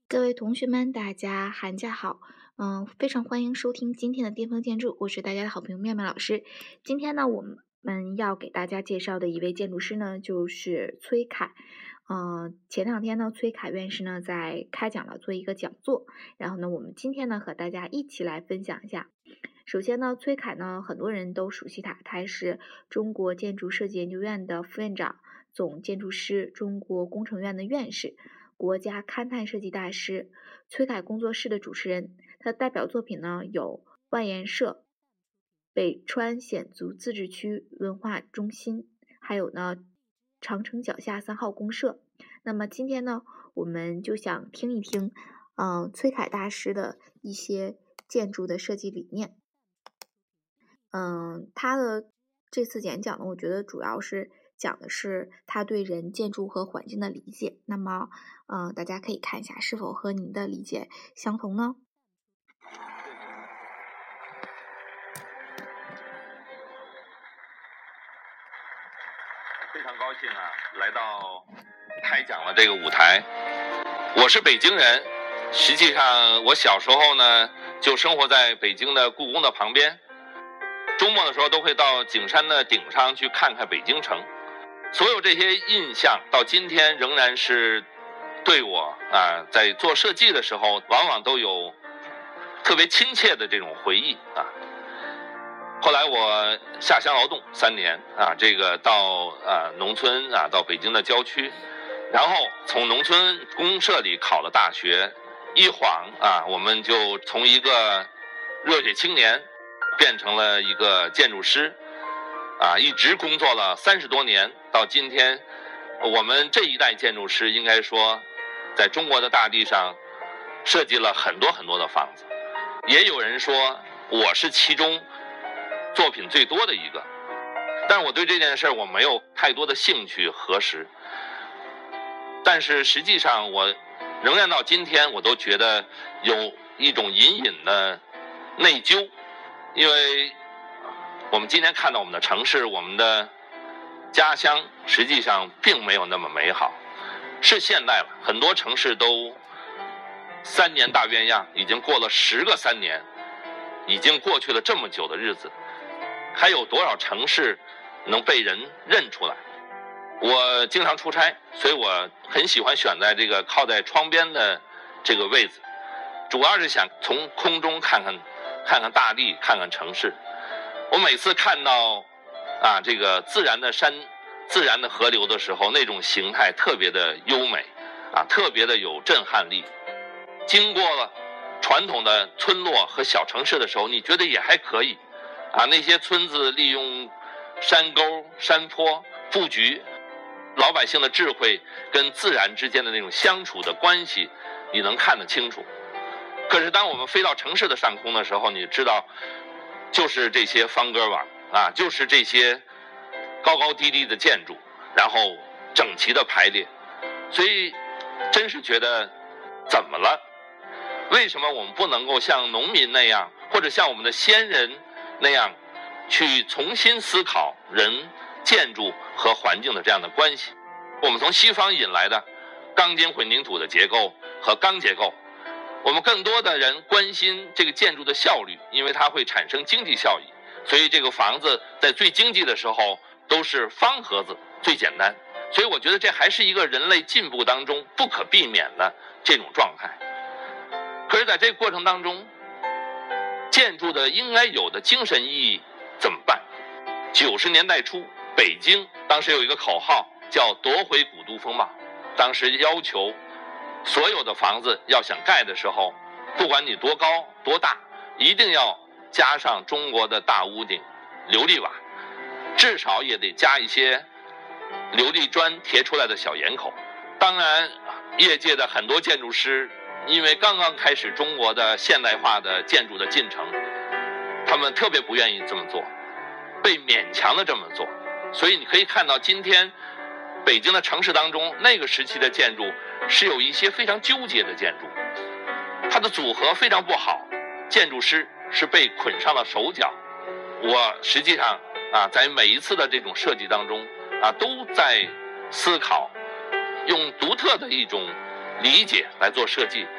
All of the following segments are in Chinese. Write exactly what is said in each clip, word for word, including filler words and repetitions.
各位同学们，大家寒假好！嗯，非常欢迎收听今天的巅峰建筑，我是大家的好朋友妙妙老师。今天呢，我们要给大家介绍的一位建筑师呢，就是崔凯。嗯，前两天呢，崔凯院士呢在开讲了做一个讲座，然后呢，我们今天呢和大家一起来分享一下。首先呢，崔凯呢，很多人都熟悉他，他是中国建筑设计研究院的副院长、总建筑师、中国工程院的院士、国家勘探设计大师、崔凯工作室的主持人。他的代表作品呢有万岩社、北川鲜族自治区文化中心，还有呢长城脚下三号公社。那么今天呢，我们就想听一听，嗯、呃，崔凯大师的一些建筑的设计理念。嗯，他的这次演讲呢，我觉得主要是讲的是他对人、建筑和环境的理解。那么，嗯、呃，大家可以看一下是否和您的理解相同呢？ 非常高兴啊，来到开讲了这个舞台。我是北京人，实际上我小时候呢就生活在北京的故宫的旁边，周末的时候都会到景山的顶上去看看北京城。所有这些印象到今天仍然是对我啊在做设计的时候往往都有特别亲切的这种回忆啊。后来我下乡劳动三年啊，这个到呃农村啊，到北京的郊区，然后从农村公社里考了大学，一晃啊，我们就从一个热血青年变成了一个建筑师，啊，一直工作了三十多年，到今天，我们这一代建筑师应该说，在中国的大地上设计了很多很多的房子，也有人说我是其中作品最多的一个，但是我对这件事我没有太多的兴趣核实。但是实际上我仍然到今天我都觉得有一种隐隐的内疚，因为我们今天看到我们的城市，我们的家乡实际上并没有那么美好，是现代了，很多城市都三年大变样，已经过了十个三年，已经过去了这么久的日子，还有多少城市能被人认出来？我经常出差，所以我很喜欢选在这个靠在窗边的这个位置，主要是想从空中看看看看大地，看看城市。我每次看到啊这个自然的山、自然的河流的时候，那种形态特别的优美啊，特别的有震撼力。经过了传统的村落和小城市的时候，你觉得也还可以啊，那些村子利用山沟、山坡布局，老百姓的智慧跟自然之间的那种相处的关系，你能看得清楚。可是当我们飞到城市的上空的时候，你知道，就是这些方格网啊，就是这些高高低低的建筑，然后整齐的排列，所以真是觉得怎么了？为什么我们不能够像农民那样，或者像我们的先人那样去重新思考人、建筑和环境的这样的关系？我们从西方引来的钢筋混凝土的结构和钢结构，我们更多的人关心这个建筑的效率，因为它会产生经济效益，所以这个房子在最经济的时候都是方盒子最简单。所以我觉得这还是一个人类进步当中不可避免的这种状态。可是在这个过程当中，建筑的应该有的精神意义怎么办？九十年代初，北京当时有一个口号叫夺回古都风貌，当时要求所有的房子要想盖的时候，不管你多高多大，一定要加上中国的大屋顶、琉璃瓦，至少也得加一些琉璃砖贴出来的小檐口。当然，业界的很多建筑师因为刚刚开始中国的现代化的建筑的进程，他们特别不愿意这么做，被勉强的这么做。所以你可以看到今天北京的城市当中，那个时期的建筑是有一些非常纠结的建筑，它的组合非常不好，建筑师是被捆上了手脚。我实际上啊，在每一次的这种设计当中啊，都在思考用独特的一种理解来做设计，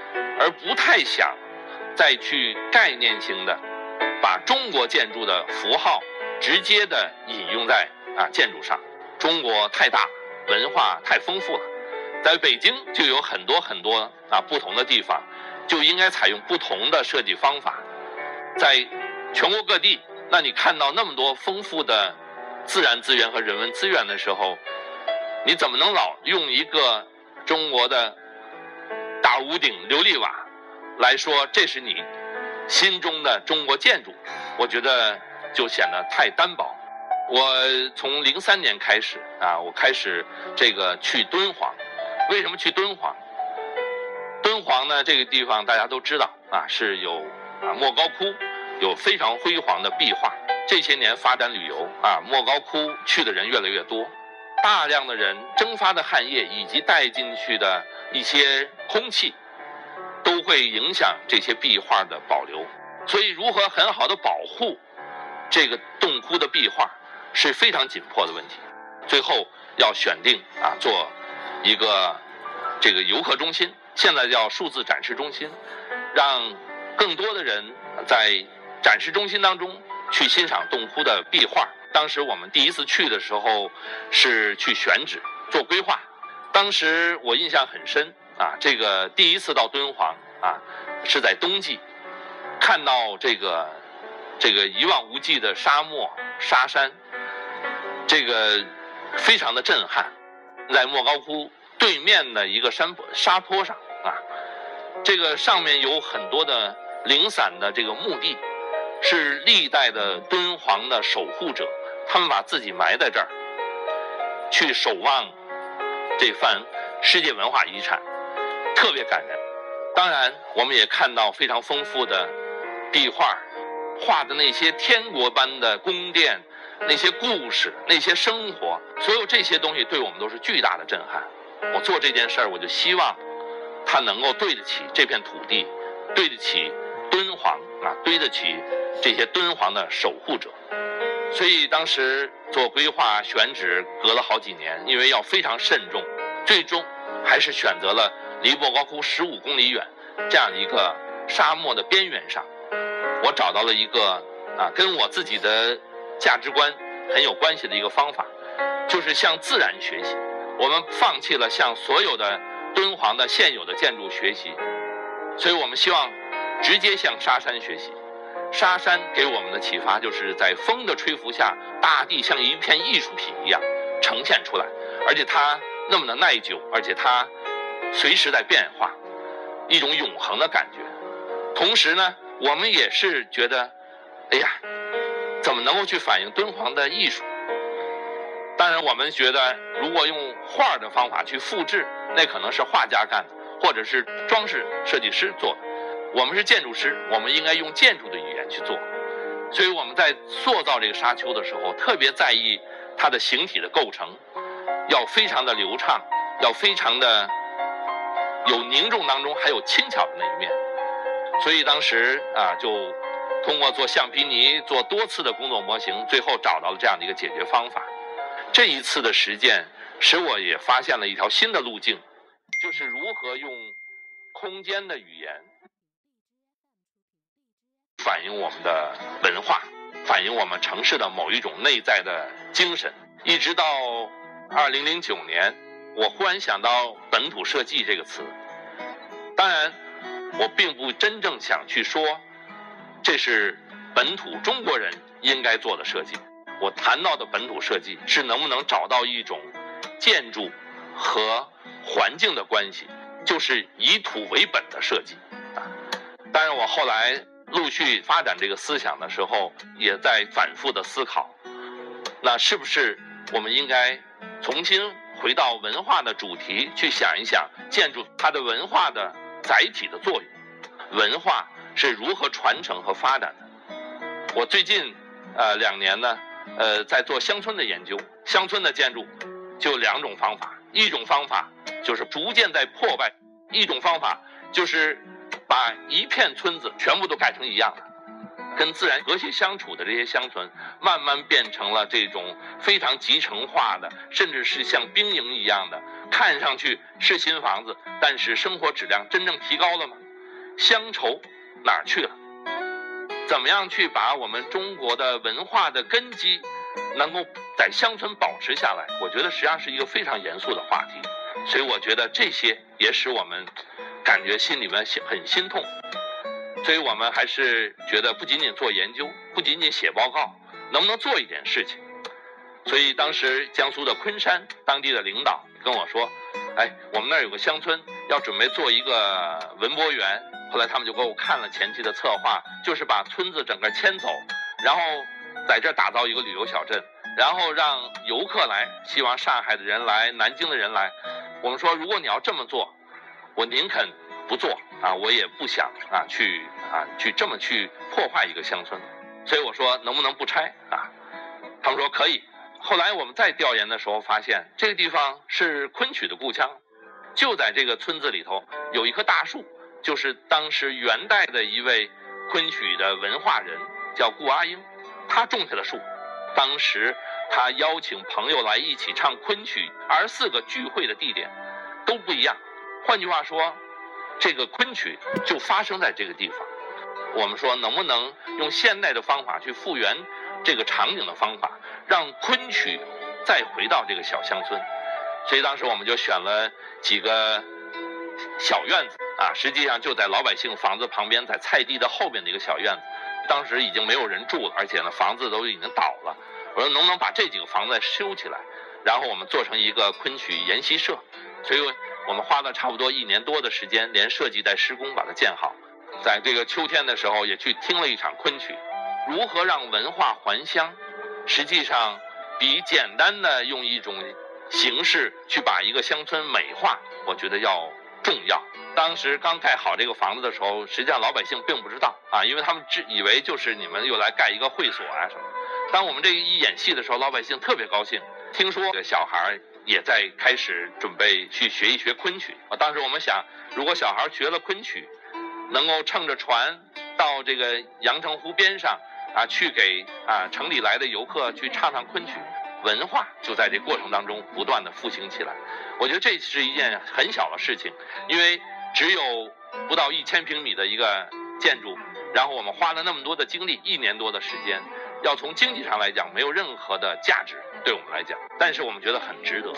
而不太想再去概念性的把中国建筑的符号直接的引用在啊建筑上。中国太大，文化太丰富了，在北京就有很多很多啊不同的地方，就应该采用不同的设计方法。在全国各地，那你看到那么多丰富的自然资源和人文资源的时候，你怎么能老用一个中国的大屋顶琉璃瓦来说这是你心中的中国建筑？我觉得就显得太单薄。我从零三年开始啊，我开始这个去敦煌。为什么去敦煌？敦煌呢，这个地方大家都知道啊，是有啊莫高窟，有非常辉煌的壁画。这些年发展旅游啊，莫高窟去的人越来越多，大量的人蒸发的汗液以及带进去的一些空气，都会影响这些壁画的保留。所以，如何很好的保护这个洞窟的壁画，是非常紧迫的问题。最后要选定啊，做一个这个游客中心，现在叫数字展示中心，让更多的人在展示中心当中去欣赏洞窟的壁画。当时我们第一次去的时候是去选址做规划，当时我印象很深啊，这个第一次到敦煌啊是在冬季，看到这个这个一望无际的沙漠沙山，这个非常的震撼。在莫高窟对面的一个山坡沙坡上啊，这个上面有很多的零散的这个墓地，是历代的敦煌的守护者，他们把自己埋在这儿，去守望这番世界文化遗产，特别感人。当然我们也看到非常丰富的壁画，画的那些天国般的宫殿，那些故事，那些生活，所有这些东西对我们都是巨大的震撼。我做这件事儿，我就希望它能够对得起这片土地，对得起敦煌啊，对得起这些敦煌的守护者。所以当时做规划选址隔了好几年，因为要非常慎重，最终还是选择了离莫高窟十五公里远这样一个沙漠的边缘上。我找到了一个啊，跟我自己的价值观很有关系的一个方法，就是向自然学习。我们放弃了向所有的敦煌的现有的建筑学习，所以我们希望直接向沙山学习。沙山给我们的启发就是在风的吹拂下，大地像一片艺术品一样呈现出来，而且它那么的耐久，而且它随时在变化，一种永恒的感觉。同时呢，我们也是觉得，哎呀，怎么能够去反映敦煌的艺术？当然我们觉得如果用画的方法去复制，那可能是画家干的，或者是装饰设计师做的。我们是建筑师，我们应该用建筑的语言去做。所以我们在塑造这个沙丘的时候，特别在意它的形体的构成，要非常的流畅，要非常的有凝重当中还有轻巧的那一面。所以当时啊，就通过做橡皮泥，做多次的工作模型，最后找到了这样的一个解决方法。这一次的实践使我也发现了一条新的路径，就是如何用空间的语言反映我们的文化，反映我们城市的某一种内在的精神。一直到二零零九年，我忽然想到本土设计这个词。当然我并不真正想去说这是本土中国人应该做的设计。我谈到的本土设计是能不能找到一种建筑和环境的关系，就是以土为本的设计。当然我后来陆续发展这个思想的时候，也在反复的思考，那是不是我们应该重新回到文化的主题，去想一想建筑它的文化的载体的作用，文化是如何传承和发展的。我最近呃两年呢呃在做乡村的研究，乡村的建筑就有两种方法，一种方法就是逐渐在破败，一种方法就是把一片村子全部都改成一样的。 跟自然和谐相处的这些乡村，慢慢变成了这种非常集成化的，甚至是像兵营一样的，看上去是新房子，但是生活质量真正提高了吗？乡愁哪儿去了？怎么样去把我们中国的文化的根基能够在乡村保持下来？我觉得实际上是一个非常严肃的话题，所以我觉得这些也使我们感觉心里面很心痛。所以我们还是觉得不仅仅做研究，不仅仅写报告，能不能做一点事情？所以当时江苏的昆山当地的领导跟我说，哎，我们那儿有个乡村要准备做一个文博园。后来他们就给我看了前期的策划，就是把村子整个迁走，然后在这儿打造一个旅游小镇，然后让游客来，希望上海的人来，南京的人来。我们说，如果你要这么做，我宁肯不做啊，我也不想啊去啊去这么去破坏一个乡村。所以我说，能不能不拆啊？他们说可以。后来我们再调研的时候发现，这个地方是昆曲的故乡，就在这个村子里头有一棵大树，就是当时元代的一位昆曲的文化人叫顾阿英，他种下的树。当时他邀请朋友来一起唱昆曲，二十四个聚会的地点都不一样。换句话说，这个昆曲就发生在这个地方。我们说，能不能用现代的方法去复原这个场景的方法，让昆曲再回到这个小乡村？所以当时我们就选了几个小院子啊，实际上就在老百姓房子旁边，在菜地的后边的一个小院子。当时已经没有人住了，而且呢房子都已经倒了。我说能不能把这几个房子修起来，然后我们做成一个昆曲研习社。所以我们花了差不多一年多的时间，连设计带施工把它建好。在这个秋天的时候也去听了一场昆曲。如何让文化还乡，实际上比简单的用一种形式去把一个乡村美化，我觉得要重要。当时刚盖好这个房子的时候，实际上老百姓并不知道啊，因为他们只以为就是你们又来盖一个会所啊什么。当我们这一演戏的时候，老百姓特别高兴，听说这个小孩也在开始准备去学一学昆曲。当时我们想，如果小孩学了昆曲，能够乘着船到这个阳澄湖边上啊，去给啊城里来的游客去唱唱昆曲，文化就在这过程当中不断的复兴起来。我觉得这是一件很小的事情，因为只有不到一千平米的一个建筑，然后我们花了那么多的精力，一年多的时间，要从经济上来讲没有任何的价值对我们来讲，但是我们觉得很值得。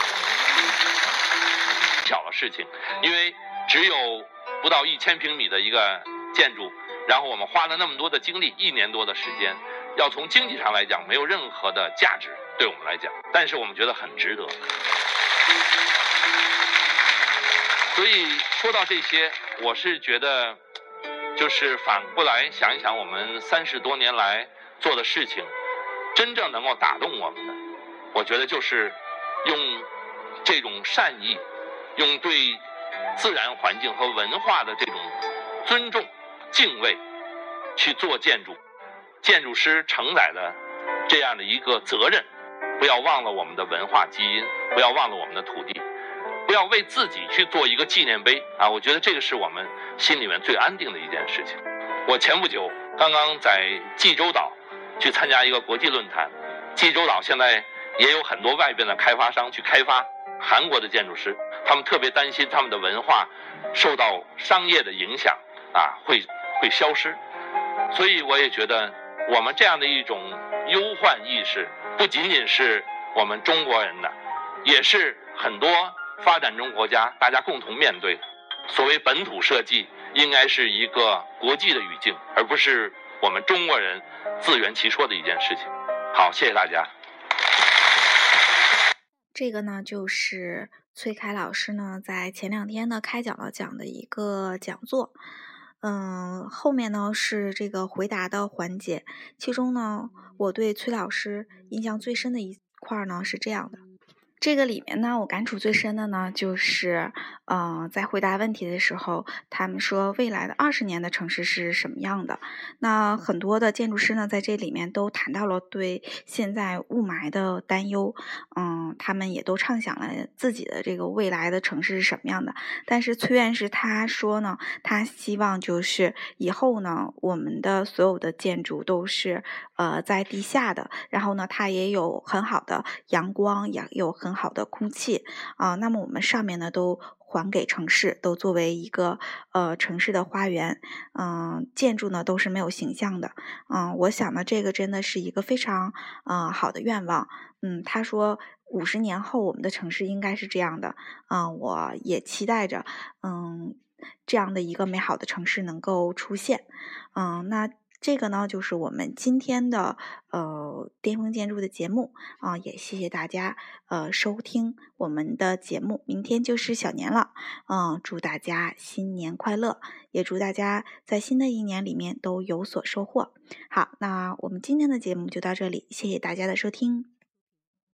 小的事情，因为只有不到一千平米的一个建筑，然后我们花了那么多的精力，一年多的时间，要从经济上来讲没有任何的价值对我们来讲，但是我们觉得很值得。所以说到这些，我是觉得就是反过来想一想，我们三十多年来做的事情，真正能够打动我们的，我觉得就是用这种善意，用对自然环境和文化的这种尊重敬畏去做建筑。建筑师承载了这样的一个责任，不要忘了我们的文化基因，不要忘了我们的土地，不要为自己去做一个纪念碑啊！我觉得这个是我们心里面最安定的一件事情。我前不久刚刚在济州岛去参加一个国际论坛，济州岛现在也有很多外边的开发商去开发韩国的建筑师，他们特别担心他们的文化受到商业的影响啊，会会消失。所以我也觉得我们这样的一种忧患意识，不仅仅是我们中国人的，也是很多发展中国家大家共同面对的。所谓本土设计应该是一个国际的语境，而不是我们中国人自圆其说的一件事情。好，谢谢大家。 这个呢就是崔凯老师呢在前两天呢开讲了讲的一个讲座。嗯，后面呢是这个回答的环节，其中呢我对崔老师印象最深的一块呢是这样的。 这个里面呢，我感触最深的呢，就是，呃，在回答问题的时候，他们说未来的二十年的城市是什么样的？那很多的建筑师呢，在这里面都谈到了对现在雾霾的担忧，嗯，他们也都畅想了自己的这个未来的城市是什么样的。但是崔院士他说呢，他希望就是以后呢，我们的所有的建筑都是呃在地下的，然后呢，它也有很好的阳光，也有很好的空气啊、那么我们上面呢都还给城市，都作为一个呃城市的花园，嗯、建筑呢都是没有形象的，嗯、我想呢这个真的是一个非常呃好的愿望，嗯，他说五十年后我们的城市应该是这样的，嗯、我也期待着，嗯，这样的一个美好的城市能够出现，嗯，那。这个呢，就是我们今天的呃巅峰建筑的节目啊、也谢谢大家呃收听我们的节目。明天就是小年了，嗯、祝大家新年快乐，也祝大家在新的一年里面都有所收获。好，那我们今天的节目就到这里，谢谢大家的收听。